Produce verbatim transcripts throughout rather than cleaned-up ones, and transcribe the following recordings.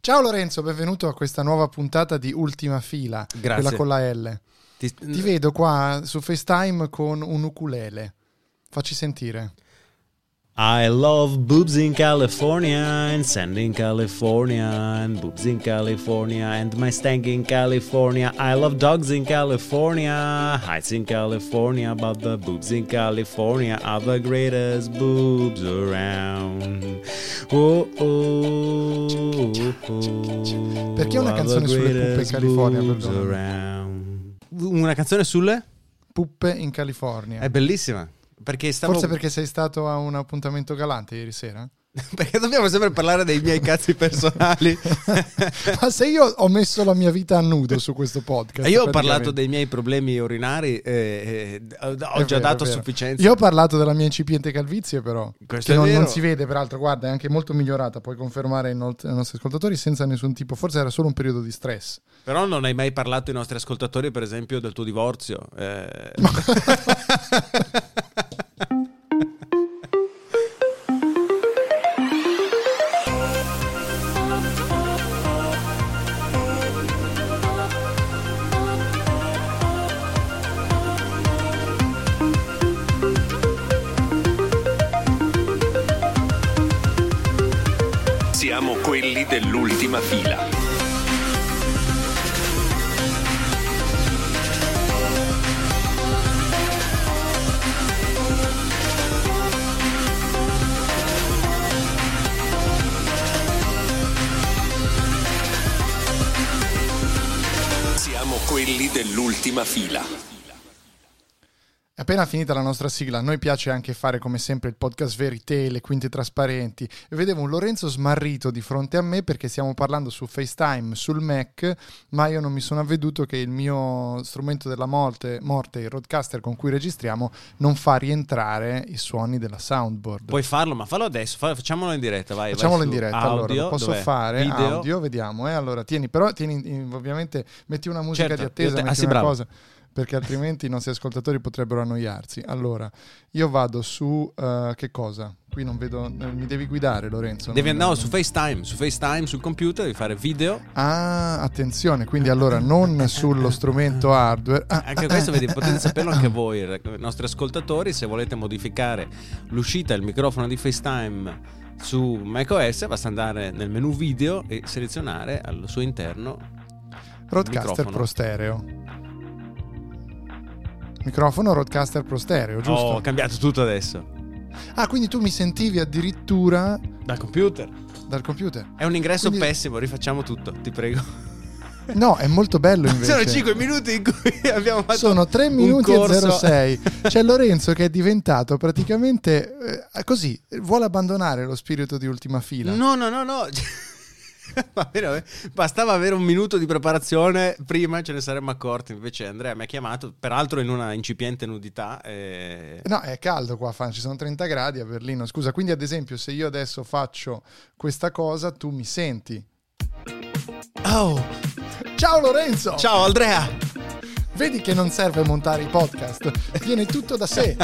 Ciao Lorenzo, benvenuto a questa nuova puntata di Ultima Fila. Grazie. Quella con la L. Ti, Ti vedo qua su FaceTime con un ukulele. Facci sentire. I love boobs in California and sand in California and boobs in California and my stank in California. I love dogs in California, heights in California, but the boobs in California are the greatest boobs around. Oh, oh, oh, oh. Perché una canzone sulle puppe in California? Una canzone sulle? Puppe in California. È bellissima. Perché stavo... Forse perché sei stato a un appuntamento galante ieri sera? Perché dobbiamo sempre parlare dei miei cazzi personali. Ma se io ho messo la mia vita a nudo su questo podcast. Io ho parlato dei miei problemi urinari e, e ho è già vero, dato sufficienza. Io ho parlato della mia incipiente calvizie, però Questo che è non, vero. non si vede, peraltro, guarda, è anche molto migliorata, puoi confermare ai nostri ascoltatori senza nessun tipo, forse era solo un periodo di stress. Però non hai mai parlato ai nostri ascoltatori, per esempio, del tuo divorzio. Eh... Siamo quelli dell'ultima fila. Siamo quelli dell'ultima fila. Appena finita la nostra sigla, a noi piace anche fare come sempre il podcast Verité, le quinte trasparenti, e vedevo un Lorenzo smarrito di fronte a me perché stiamo parlando su FaceTime sul Mac, ma io non mi sono avveduto che il mio strumento della morte, morte il Rodecaster con cui registriamo, non fa rientrare i suoni della soundboard. Puoi farlo, ma fallo adesso, facciamolo in diretta, vai. Facciamolo vai in diretta, audio, allora lo posso dov'è? fare, Video. audio, vediamo, eh? Allora tieni, però tieni, ovviamente metti una musica Certo, di attesa, io te- metti ah, sì, una bravo. cosa, perché altrimenti i nostri ascoltatori potrebbero annoiarsi. Allora, io vado su uh, che cosa? Qui non vedo, eh, mi devi guidare Lorenzo. Devi non, andare non... su FaceTime, su FaceTime sul computer, devi fare video. Ah, attenzione, quindi allora non sullo strumento hardware. Ah, Anche ah, questo ah, vedi, ah, potete ah, saperlo ah, anche ah. voi, i nostri ascoltatori, se volete modificare l'uscita e il microfono di FaceTime su macOS, basta andare nel menu video e selezionare al suo interno Rodecaster microfono. Pro Stereo. Microfono Rodecaster Pro Stereo, giusto? Oh, ho cambiato tutto adesso. Ah, quindi tu mi sentivi addirittura Dal computer. dal computer. È un ingresso Quindi- pessimo, rifacciamo tutto, ti prego. No, è molto bello invece. Sono cinque minuti in cui abbiamo fatto Sono tre un minuti e corso. zero sei. C'è Lorenzo che è diventato praticamente eh, così, vuole abbandonare lo spirito di Ultima Fila. No, no, no, no. Va bene, va bene. Bastava avere un minuto di preparazione prima, ce ne saremmo accorti. Invece Andrea mi ha chiamato, peraltro in una incipiente nudità. E... No, è caldo qua, fan. Ci sono trenta gradi a Berlino. Scusa, quindi ad esempio se io adesso faccio questa cosa, tu mi senti. Oh, Ciao Lorenzo! ciao Andrea. Vedi che non serve montare i podcast, viene tutto da sé.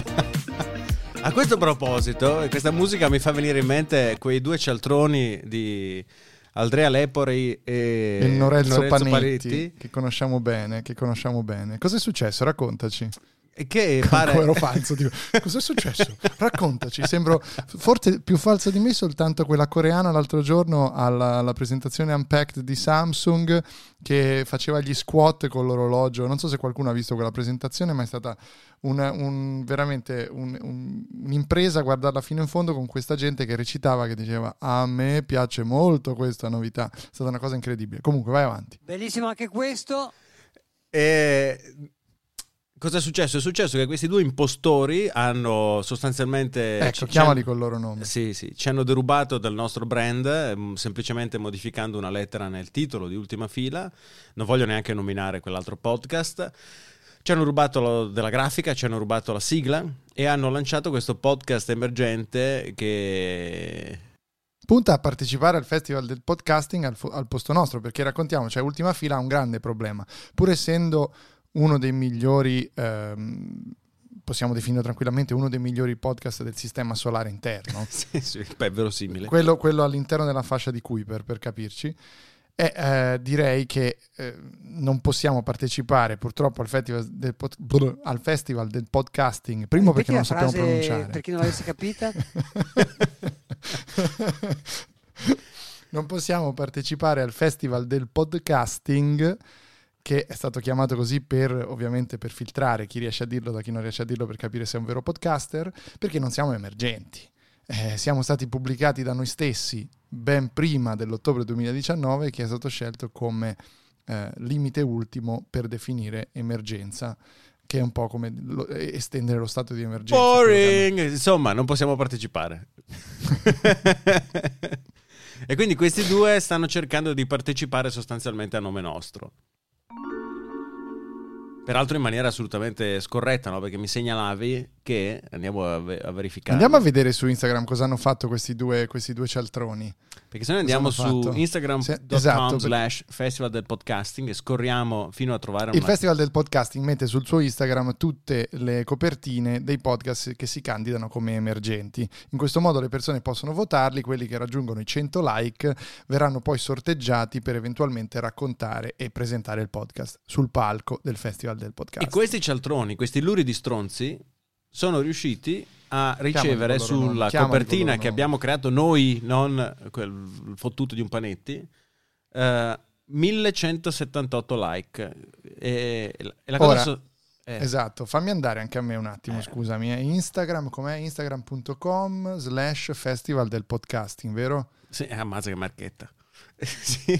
A questo proposito, questa musica mi fa venire in mente quei due cialtroni di Andrea Lepori e Il Lorenzo, Lorenzo Panetti, Panetti, che conosciamo bene, che conosciamo bene. Cosa è successo? Raccontaci. che pare... Come ero falso, dico, cosa è successo? Raccontaci, sembro forse più falsa di me soltanto quella coreana l'altro giorno alla, alla presentazione Unpacked di Samsung che faceva gli squat con l'orologio. Non so se qualcuno ha visto quella presentazione, ma è stata una, un, veramente un, un, un'impresa guardarla fino in fondo con questa gente che recitava, che diceva a me piace molto questa novità. È stata una cosa incredibile. Comunque vai avanti. Bellissimo anche questo. E... Cosa è successo? È successo che questi due impostori hanno sostanzialmente... Ecco, ci- chiamali ci col loro nome. hanno- Sì, sì, ci hanno derubato del nostro brand, ehm, semplicemente modificando una lettera nel titolo di Ultima Fila. Non voglio neanche nominare quell'altro podcast. Ci hanno rubato lo- della grafica, ci hanno rubato la sigla e hanno lanciato questo podcast emergente che... Punta a partecipare al festival del podcasting al, fo- al posto nostro, perché raccontiamo, cioè Ultima Fila ha un grande problema, pur essendo uno dei migliori, ehm, possiamo definire tranquillamente uno dei migliori podcast del sistema solare interno. sì, sì, beh, è verosimile. quello, quello all'interno della fascia di Kuiper, per capirci. E eh, direi che eh, non possiamo partecipare purtroppo al festival del, pod- brr, al festival del podcasting, primo perché, perché non lo sappiamo pronunciare. Per chi non l'avesse capita. Non possiamo partecipare al festival del podcasting, che è stato chiamato così per, ovviamente, per filtrare chi riesce a dirlo da chi non riesce a dirlo, per capire se è un vero podcaster, perché non siamo emergenti. Eh, siamo stati pubblicati da noi stessi ben prima dell'ottobre duemiladiciannove, che è stato scelto come eh, limite ultimo per definire emergenza, che è un po' come lo, estendere lo stato di emergenza. Boring! Insomma, non possiamo partecipare. E quindi questi due stanno cercando di partecipare sostanzialmente a nome nostro. Peraltro in maniera assolutamente scorretta, no? Perché mi segnalavi che andiamo a, ve- a verificare. Andiamo a vedere su Instagram cosa hanno fatto questi due, questi due cialtroni. Perché se noi andiamo su Instagram punto com esatto, slash festival del podcasting e scorriamo fino a trovare una... Il Festival del Podcasting mette sul suo Instagram tutte le copertine dei podcast che si candidano come emergenti. In questo modo le persone possono votarli, quelli che raggiungono i cento like verranno poi sorteggiati per eventualmente raccontare e presentare il podcast sul palco del Festival del Podcast. E questi cialtroni, questi luridi stronzi, sono riusciti a ricevere sulla copertina che abbiamo creato noi, non quel fottuto di un Panetti, uh, millecentosettantotto like. E, e la cosa Ora, so- eh. esatto, fammi andare anche a me un attimo, eh. scusami. Instagram, com'è? Instagram punto com slash festival del podcasting, vero? Sì, ammazza che marchetta. Sì.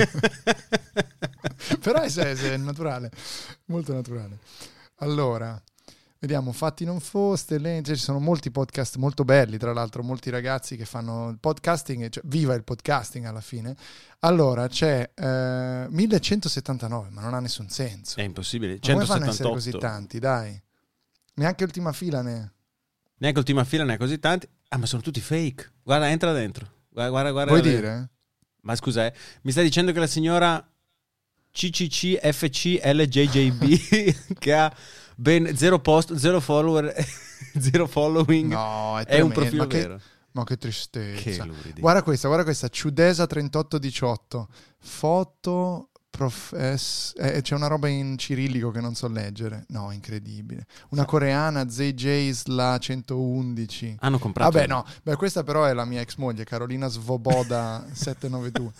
Però è, è, è naturale, molto naturale. Allora, vediamo, Fatti non foste, legge, ci sono molti podcast molto belli, tra l'altro, molti ragazzi che fanno il podcasting, cioè, viva il podcasting alla fine. Allora, c'è eh, millecentosettantanove, ma non ha nessun senso. È impossibile. Ma come fanno centosettantotto. a essere così tanti, dai? Neanche ultima fila ne... Neanche ultima fila ne ha così tanti. Ah, ma sono tutti fake. Guarda, entra dentro. Guarda, guarda, guarda. Vuoi guarda. dire? Ma scusa, eh, mi stai dicendo che la signora C C C F C L J J B che ha ben zero post, zero follower, zero following, No, è, è un tremendo, profilo ma che, vero? Ma che tristezza. Che luridi. Guarda questa, guarda questa, Ciudesa trentotto diciotto, foto profess... Eh, c'è una roba in cirillico che non so leggere. No, incredibile. Una coreana, Z J Sla centoundici. Hanno comprato. Vabbè, no, beh, questa però è la mia ex moglie, Carolina Svoboda settecentonovantadue.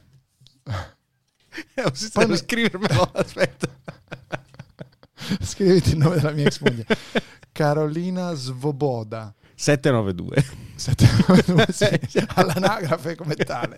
Eh, si sta per scrivermelo, aspetta. Scriviti il nome della mia ex moglie. Carolina Svoboda settecentonovantadue. settecentonovantadue, sì, all'anagrafe come tale.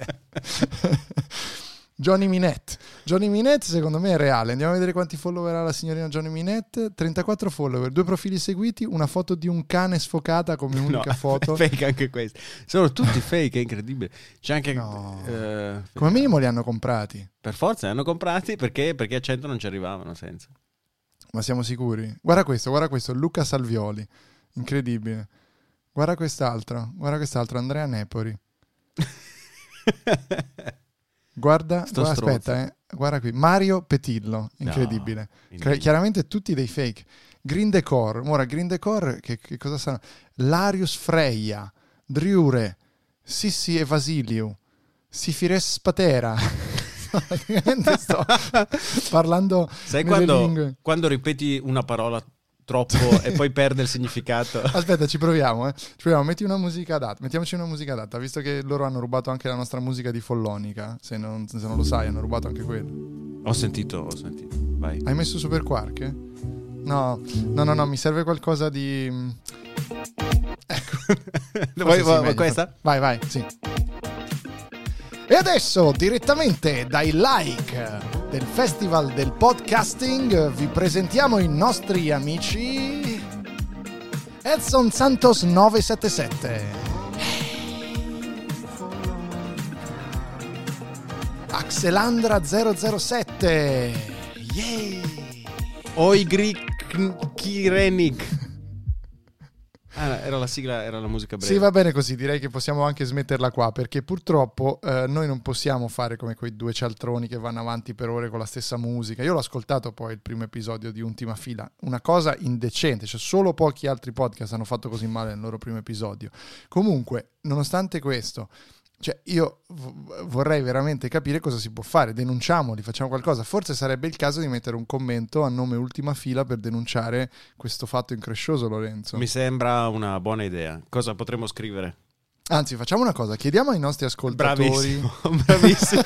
Johnny Minette. Johnny Minette secondo me è reale. Andiamo a vedere quanti follower ha la signorina Johnny Minette. trentaquattro follower, due profili seguiti, una foto di un cane sfocata come unica No, foto. è fake anche questi. Sono tutti fake, è incredibile. C'è anche No. eh, Come minimo li hanno comprati. per forza li hanno comprati perché perché a cento non ci arrivavano senza. Ma siamo sicuri? Guarda questo, guarda questo, Luca Salvioli. Incredibile. Guarda quest'altro, guarda quest'altro, Andrea Nepori. Guarda, guarda aspetta, eh. Guarda qui, Mario Petillo, incredibile. No, Cre- chiaramente tutti dei fake. Green Decor, ora Green Decor, che, che cosa sanno? Larius Freia, Driure, Sissi e Vasiliu, Sifires Spatera. Praticamente sto parlando. Sai nelle quando, lingue. quando ripeti una parola troppo e poi perde il significato? Aspetta, ci proviamo, eh. Ci proviamo, metti una musica adatta, mettiamoci una musica adatta, visto che loro hanno rubato anche la nostra musica di Follonica, se non, se non lo sai, hanno rubato anche quello. Ho sentito, ho sentito. Vai. Hai messo Super Quark? Eh? No, no, no, no, mi serve qualcosa di... Ecco. Vuoi, Sì, vuoi meglio. questa? Vai, vai, sì. E adesso, direttamente dai like del Festival del Podcasting, vi presentiamo i nostri amici Edson Santos nove sette sette, Axelandra zero zero sette, yeah! Oigri Kirenik. Ah, era la sigla, era la musica breve. Sì, va bene così, direi che possiamo anche smetterla qua, perché purtroppo eh, noi non possiamo fare come quei due cialtroni che vanno avanti per ore con la stessa musica. Io l'ho ascoltato poi il primo episodio di Ultima Fila, una cosa indecente, cioè solo pochi altri podcast hanno fatto così male nel loro primo episodio. Comunque, nonostante questo, Cioè, io v- vorrei veramente capire cosa si può fare. Denunciamoli, facciamo qualcosa. Forse sarebbe il caso di mettere un commento a nome Ultima Fila per denunciare questo fatto increscioso, Lorenzo. Mi sembra una buona idea. Cosa potremmo scrivere? Anzi, facciamo una cosa, chiediamo ai nostri ascoltatori. Bravissimo, bravissimo.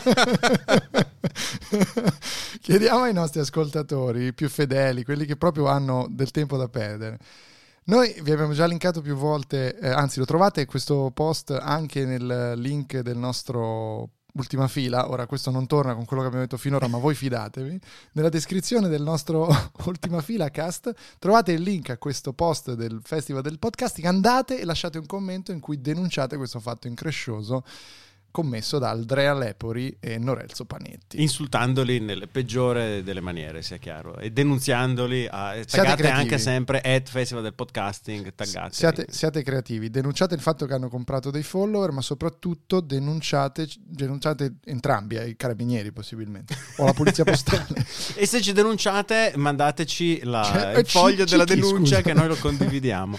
Chiediamo ai nostri ascoltatori più fedeli, quelli che proprio hanno del tempo da perdere. Noi vi abbiamo già linkato più volte, eh, anzi lo trovate questo post anche nel link del nostro Ultima Fila. Ora questo non torna con quello che abbiamo detto finora, ma voi fidatevi. Nella descrizione del nostro Ultima Fila cast trovate il link a questo post del Festival del Podcasting. Andate e lasciate un commento in cui denunciate questo fatto increscioso commesso da Andrea Lepori e Norelzo Panetti, insultandoli nelle peggiori delle maniere, sia chiaro, e denunziandoli. A, Siate taggate creativi. anche sempre at Festival del Podcasting, taggate. Siate, siate creativi, denunciate il fatto che hanno comprato dei follower, ma soprattutto denunciate, denunciate entrambi, ai carabinieri possibilmente, o la polizia postale. E se ci denunciate, mandateci la, Cioè, il foglio ci- della ci chi, denuncia, scusa? che noi lo condividiamo.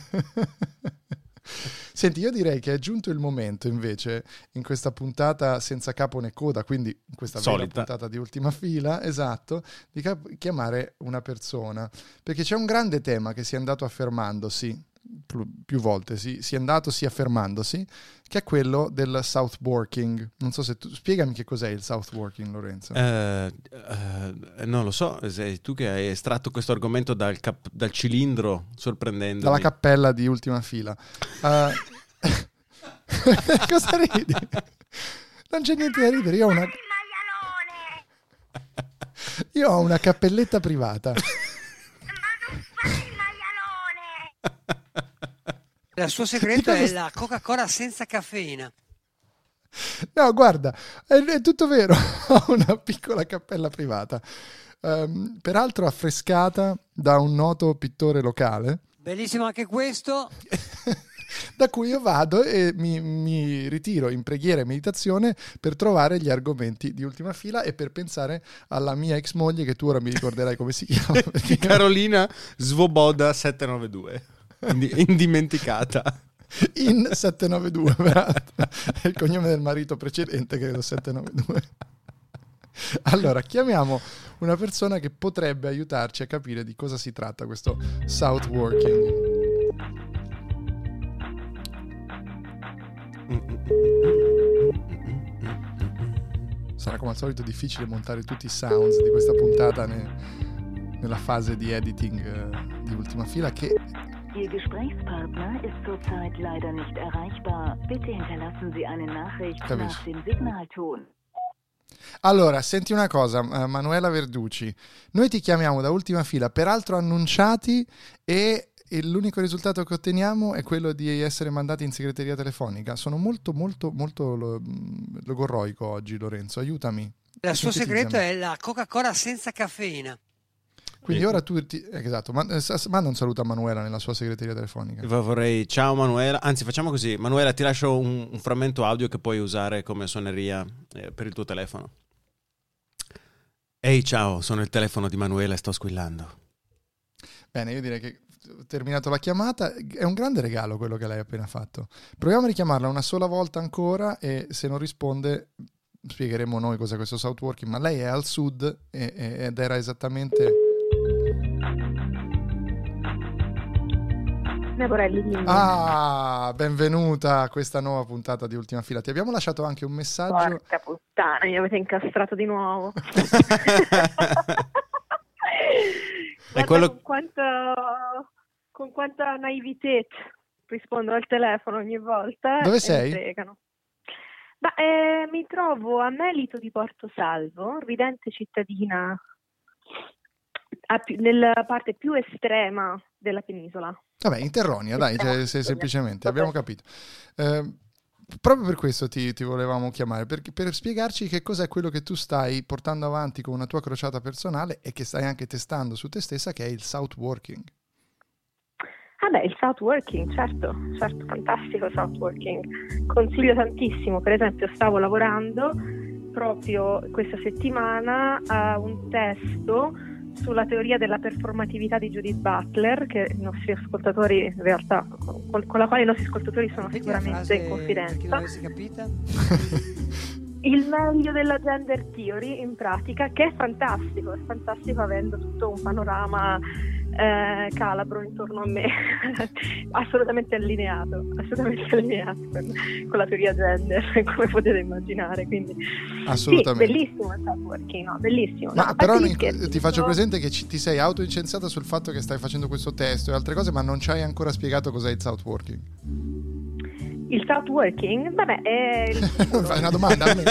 Senti, io direi che è giunto il momento invece, in questa puntata senza capo né coda, quindi in questa vera Solita. puntata di Ultima Fila, esatto, di cap- chiamare una persona, perché c'è un grande tema che si è andato affermandosi pl- più volte, si, si è andato si affermandosi, che è quello del Southworking. Non so se tu... Spiegami che cos'è il Southworking, Lorenzo. Eh, eh, non lo so, sei tu che hai estratto questo argomento dal, cap- dal cilindro, sorprendendo. Dalla cappella di Ultima Fila. Uh, cosa ridi? Non c'è niente da ridere, io ho una... Io ho una cappelletta privata. Il suo segreto Di cosa è st- la Coca-Cola senza caffeina. No, guarda, è, è tutto vero. Ho una piccola cappella privata, Ehm, peraltro affrescata da un noto pittore locale, Bellissimo anche questo. da cui io vado e mi, mi ritiro in preghiera e meditazione per trovare gli argomenti di Ultima Fila e per pensare alla mia ex moglie, che tu ora mi ricorderai come si chiama. perché- Carolina Svoboda settecentonovantadue, Indi- indimenticata. In settecentonovantadue, peraltro. È il cognome del marito precedente, credo settecentonovantadue. Allora, chiamiamo una persona che potrebbe aiutarci a capire di cosa si tratta questo Southworking. Sarà come al solito difficile montare tutti i sounds di questa puntata ne- nella fase di editing eh, di Ultima Fila, che Ihr Gesprächspartner ist zurzeit leider nicht erreichbar. Bitte hinterlassen Sie eine Nachricht Capisci. nach dem Signalton. Allora, senti una cosa, eh, Manuela Verducci, noi ti chiamiamo da Ultima Fila, peraltro annunciati, e, e l'unico risultato che otteniamo è quello di essere mandati in segreteria telefonica. Sono molto, molto, molto lo- logorroico oggi, Lorenzo, aiutami. Il suo Sintetizzami. segreto è la Coca-Cola senza caffeina. Quindi ora tu ti... eh, esatto, ma, eh, s- manda un saluto a Manuela nella sua segreteria telefonica. Vorrei, ciao Manuela, anzi facciamo così, Manuela ti lascio un, un frammento audio che puoi usare come suoneria eh, per il tuo telefono. Ehi ciao, sono il telefono di Manuela e sto squillando. Bene, io direi che terminato la chiamata, è un grande regalo quello che lei ha appena fatto. Proviamo a richiamarla una sola volta ancora e se non risponde spiegheremo noi cos'è questo Southworking, ma lei è al sud e- e- ed era esattamente... Neborelli, dimmi. Ah, benvenuta a questa nuova puntata di Ultima Fila. Ti abbiamo lasciato anche un messaggio. Porca puttana, mi avete incastrato di nuovo. Guarda quello- con, quanto, con quanta naivete rispondo al telefono ogni volta. Dove e sei? Mi fregano. Ma, eh, mi trovo a Melito di Porto Salvo, ridente cittadina a più- nella parte più estrema della penisola. Vabbè, in Terronia, dai, cioè, se- semplicemente, abbiamo capito. Eh, proprio per questo ti, ti volevamo chiamare, perché, per spiegarci che cos'è quello che tu stai portando avanti con una tua crociata personale e che stai anche testando su te stessa, che è il Southworking. Ah beh, il Southworking, certo, certo, fantastico il Southworking. Consiglio tantissimo, per esempio stavo lavorando proprio questa settimana a un testo sulla teoria della performatività di Judith Butler, che i nostri ascoltatori in realtà con, con la quale i nostri ascoltatori sono Ripeti la sicuramente frase in per chi non confidenza. avesse capita. Il meglio della gender theory, in pratica, che è fantastico, è fantastico avendo tutto un panorama eh, calabro intorno a me, assolutamente allineato, assolutamente allineato con, con la teoria gender, come potete immaginare, quindi Assolutamente. sì, bellissimo il networking, no? Bellissimo. Ma No, a però parte gli in- scherzi, ti faccio no? presente che ci- ti sei autoincendiata sul fatto che stai facendo questo testo e altre cose, ma non ci hai ancora spiegato cos'è il Southworking. Il Southworking, vabbè, è il futuro. Fai una domanda a me.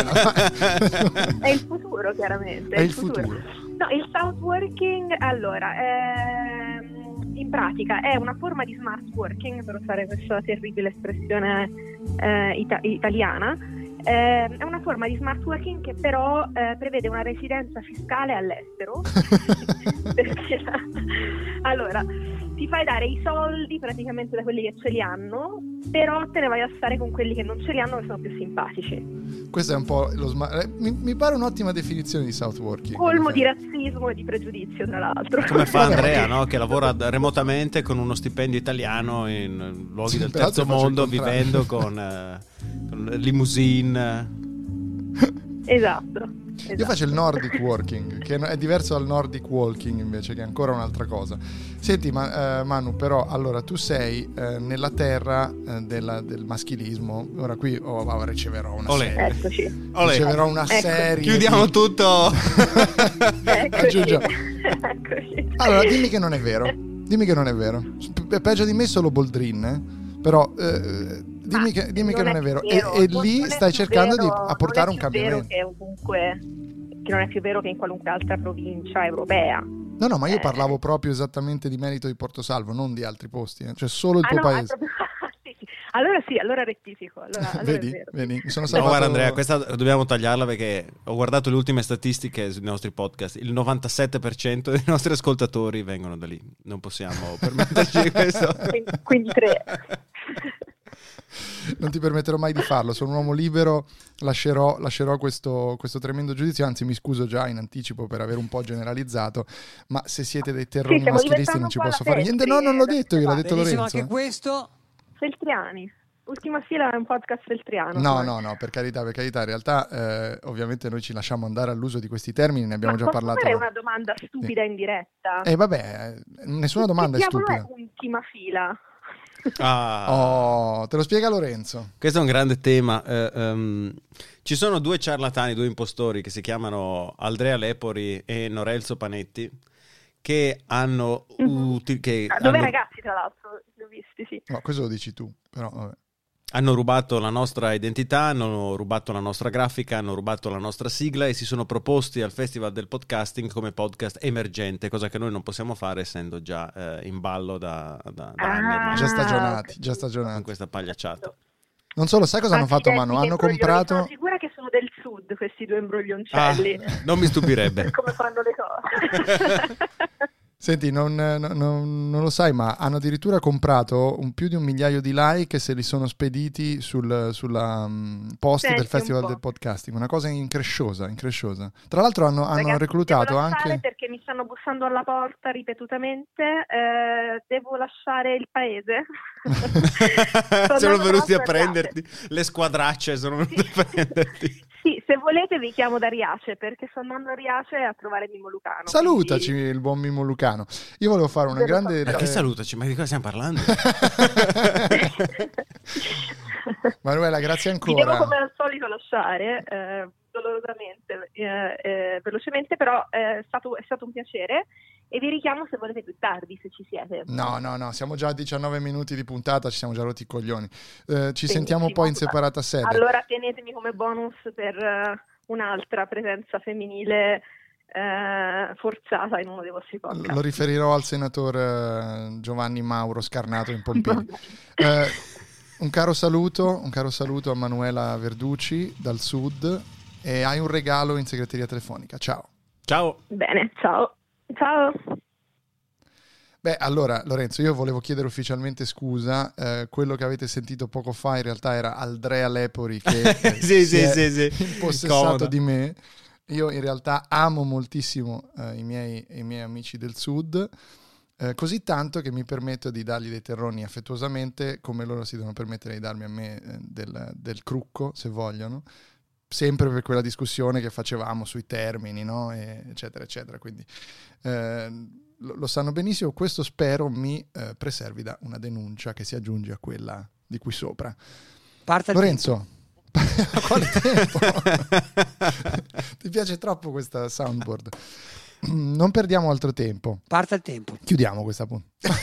È il futuro, chiaramente. È il futuro. No, il Southworking, allora, ehm, in pratica è una forma di smart working, per usare questa terribile espressione eh, ita- italiana. Eh, è una forma di smart working che però eh, prevede una residenza fiscale all'estero. Perché, allora, ti fai dare i soldi praticamente da quelli che ce li hanno, però te ne vai a stare con quelli che non ce li hanno, che sono più simpatici. Questo è un po' lo smart. Mi, mi pare un'ottima definizione di Southworking. Colmo di razzismo e di pregiudizio, tra l'altro. Come fa Andrea, no? Che lavora d- remotamente con uno stipendio italiano in luoghi Sì, del peraltro terzo faccio il mondo, contrario. vivendo con, eh, con limousine. Esatto. Io esatto. faccio il Nordic Walking, che è diverso dal Nordic Walking invece, che è ancora un'altra cosa. Senti, ma, eh, Manu, però, allora tu sei eh, nella terra eh, della- del maschilismo. Ora qui oh, oh, riceverò una Olè. serie. Eccoci. Olè. Riceverò una Ecco. serie. Chiudiamo di- tutto. Eccoci. Aggiungiamo. Eccoci. Allora, dimmi che non è vero. Dimmi che non è vero. Pe- peggio di me solo Boldrin, eh? Però eh, dimmi, che, dimmi che non è vero. E, e Non- lì non è stai più cercando vero- di apportare un non è più vero cambiamento. che ovunque, che non è più vero che in qualunque altra provincia europea. No, no, ma io Eh. parlavo proprio esattamente di merito di Portosalvo, non di altri posti, eh. Cioè solo il Ah, tuo no, è paese. proprio- sì, sì. Allora sì, allora rettifico. Allora, allora Vedi, è vero. vedi, mi sono No, salvato. guarda Andrea, questa dobbiamo tagliarla perché ho guardato le ultime statistiche sui nostri podcast. Il novantasette per cento dei nostri ascoltatori vengono da lì. Non possiamo permetterci questo. Quindi, quindi tre. Non ti permetterò mai di farlo, sono un uomo libero, lascerò, lascerò questo, questo tremendo giudizio, anzi mi scuso già in anticipo per aver un po' generalizzato, ma se siete dei terroni Sì, stiamo maschilisti non diventando ci un po' posso alla fare niente. Feltri, No, non l'ho da detto io, l'ha queste detto Benissimo Lorenzo. anche questo. Feltriani. Ultima fila è un podcast feltriano. No, Come- no, no, per carità, per carità, in realtà eh, ovviamente noi ci lasciamo andare all'uso di questi termini, ne abbiamo Ma già posso parlato. fare una domanda stupida in diretta? E vabbè, eh, nessuna domanda è Che diavolo stupida. è ultima fila? Ah. Oh, te lo spiega Lorenzo. Questo è un grande tema. Eh, ehm, ci sono due ciarlatani, due impostori che si chiamano Andrea Lepori e Norelzo Panetti che hanno... uti- che Ah, dove hanno- ragazzi, tra l'altro, li ho visti, sì. No, questo lo dici tu, però vabbè. hanno rubato la nostra identità, hanno rubato la nostra grafica, hanno rubato la nostra sigla e si sono proposti al Festival del Podcasting come podcast emergente, cosa che noi non possiamo fare essendo già eh, in ballo da, da, da Ah. anni ormai Già Ah, stagionati, ok. già con stagionati. questa pagliacciata. Non solo, sai cosa hanno fatto, Accidenti, Manu? che Hanno imbroglioni. comprato... Sono sicura che sono del sud questi due Ah, imbroglioncelli. non mi stupirebbe. Come fanno le cose. Senti, non, non- non- non lo sai, ma hanno addirittura comprato un, più di un migliaio di like e se li sono spediti sul sulla, um, post Senti del Festival un po'. del Podcasting. Una cosa incresciosa, incresciosa. Tra l'altro hanno, hanno Ragazzi, reclutato devo lasciare anche... perché mi stanno bussando alla porta ripetutamente. Eh, devo lasciare il paese. Sto sono andando venuti a da prenderti le squadracce, sono venuti a prenderti. Sì, se volete vi chiamo da Riace perché sto andando a Riace a trovare Mimo Lucano. Salutaci quindi- il buon Mimo Lucano. Io volevo fare una Ve lo grande... so. Perché eh, salutaci? Ma di cosa stiamo parlando? Manuela, grazie Vi devo ancora. come al solito lasciare, eh, dolorosamente, eh, eh, velocemente, però eh, è stato, è stato un piacere e vi richiamo se volete più tardi, se ci siete. No, no, no, siamo già a diciannove minuti di puntata, ci siamo già rotti i coglioni. Eh, ci sentiamo Benissimo. poi in separata sede. Allora tenetemi come bonus per eh, un'altra presenza femminile eh, forzata in uno dei vostri podcast. Lo riferirò al senatore Giovanni Mauro Scarnato in Pompini. Eh, un caro saluto, un caro saluto a Manuela Verducci dal sud e hai un regalo in segreteria telefonica. Ciao. Ciao. Bene, ciao. Ciao. Beh, allora Lorenzo, io volevo chiedere ufficialmente scusa, eh, quello che avete sentito poco fa in realtà era Andrea Lepori che eh, Sì, si sì, è sì, sì. impossessato Comoda. di me io in realtà amo moltissimo eh, i, miei, i miei amici del sud, eh, così tanto che mi permetto di dargli dei terroni affettuosamente, come loro si devono permettere di darmi a me eh, del, del crucco, se vogliono, sempre per quella discussione che facevamo sui termini, no? E eccetera, eccetera. Quindi eh, lo, lo sanno benissimo, questo spero mi eh, preservi da una denuncia che si aggiunge a quella di qui sopra. Parta il Lorenzo, a quale tempo? Ti piace troppo questa soundboard? Non perdiamo altro tempo. Parta il tempo. Chiudiamo questa puntata.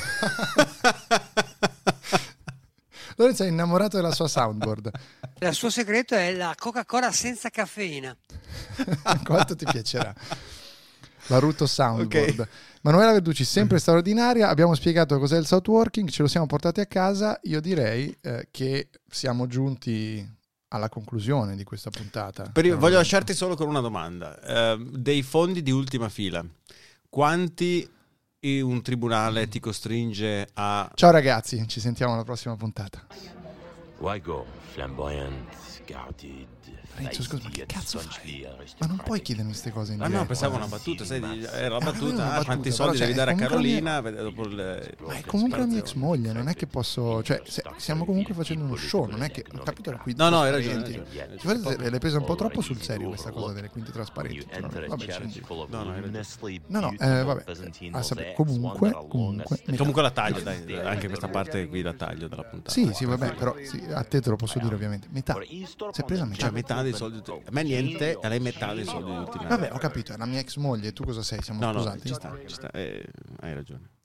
Lorenzo è innamorato della sua soundboard. Il suo segreto è la Coca-Cola senza caffeina. Quanto ti piacerà. La Ruto Soundboard. Ok. Manuela Verducci, sempre straordinaria. Abbiamo spiegato cos'è il Southworking, ce lo siamo portati a casa. Io direi eh, che siamo giunti alla conclusione di questa puntata. Per io, voglio lasciarti solo con una domanda. Eh, dei fondi di ultima fila, quanti un tribunale ti costringe a... Ciao ragazzi, ci sentiamo alla prossima puntata. Why flamboyant, guarded, Lorenzo, scusa, ma che cazzo fai? Ma non puoi chiedermi queste cose in Ah diretta. no, pensavo una battuta, sai, era la Eh, battuta, una ah, quanti battuta, soldi però, devi cioè, dare a comunque Carolina dopo il... Ma è comunque la mia ex moglie, non è che posso... Cioè, se- stiamo comunque facendo uno show, non è che... Ho capito la quinta No, no, hai trasparenti. ragione, hai ragione. Ci volete- l'hai presa un po' troppo sul serio questa cosa delle quinte trasparenti. Vabbè, ci- No, no, hai ragione. No, no, eh, vabbè. Ah, sape- comunque, comunque... metà- Comunque la taglio, dai, anche questa parte qui la taglio della puntata. Sì, sì, vabbè, però sì, a te te lo posso dire ovviamente. Metà. Si è presa metà. Cioè metà dei soldi, a me niente, a lei metà dei soldi di ultima. Vabbè, ho capito, è la mia ex moglie, tu cosa sei? Siamo No, no, sposati? ci sta, ci sta, eh, hai ragione.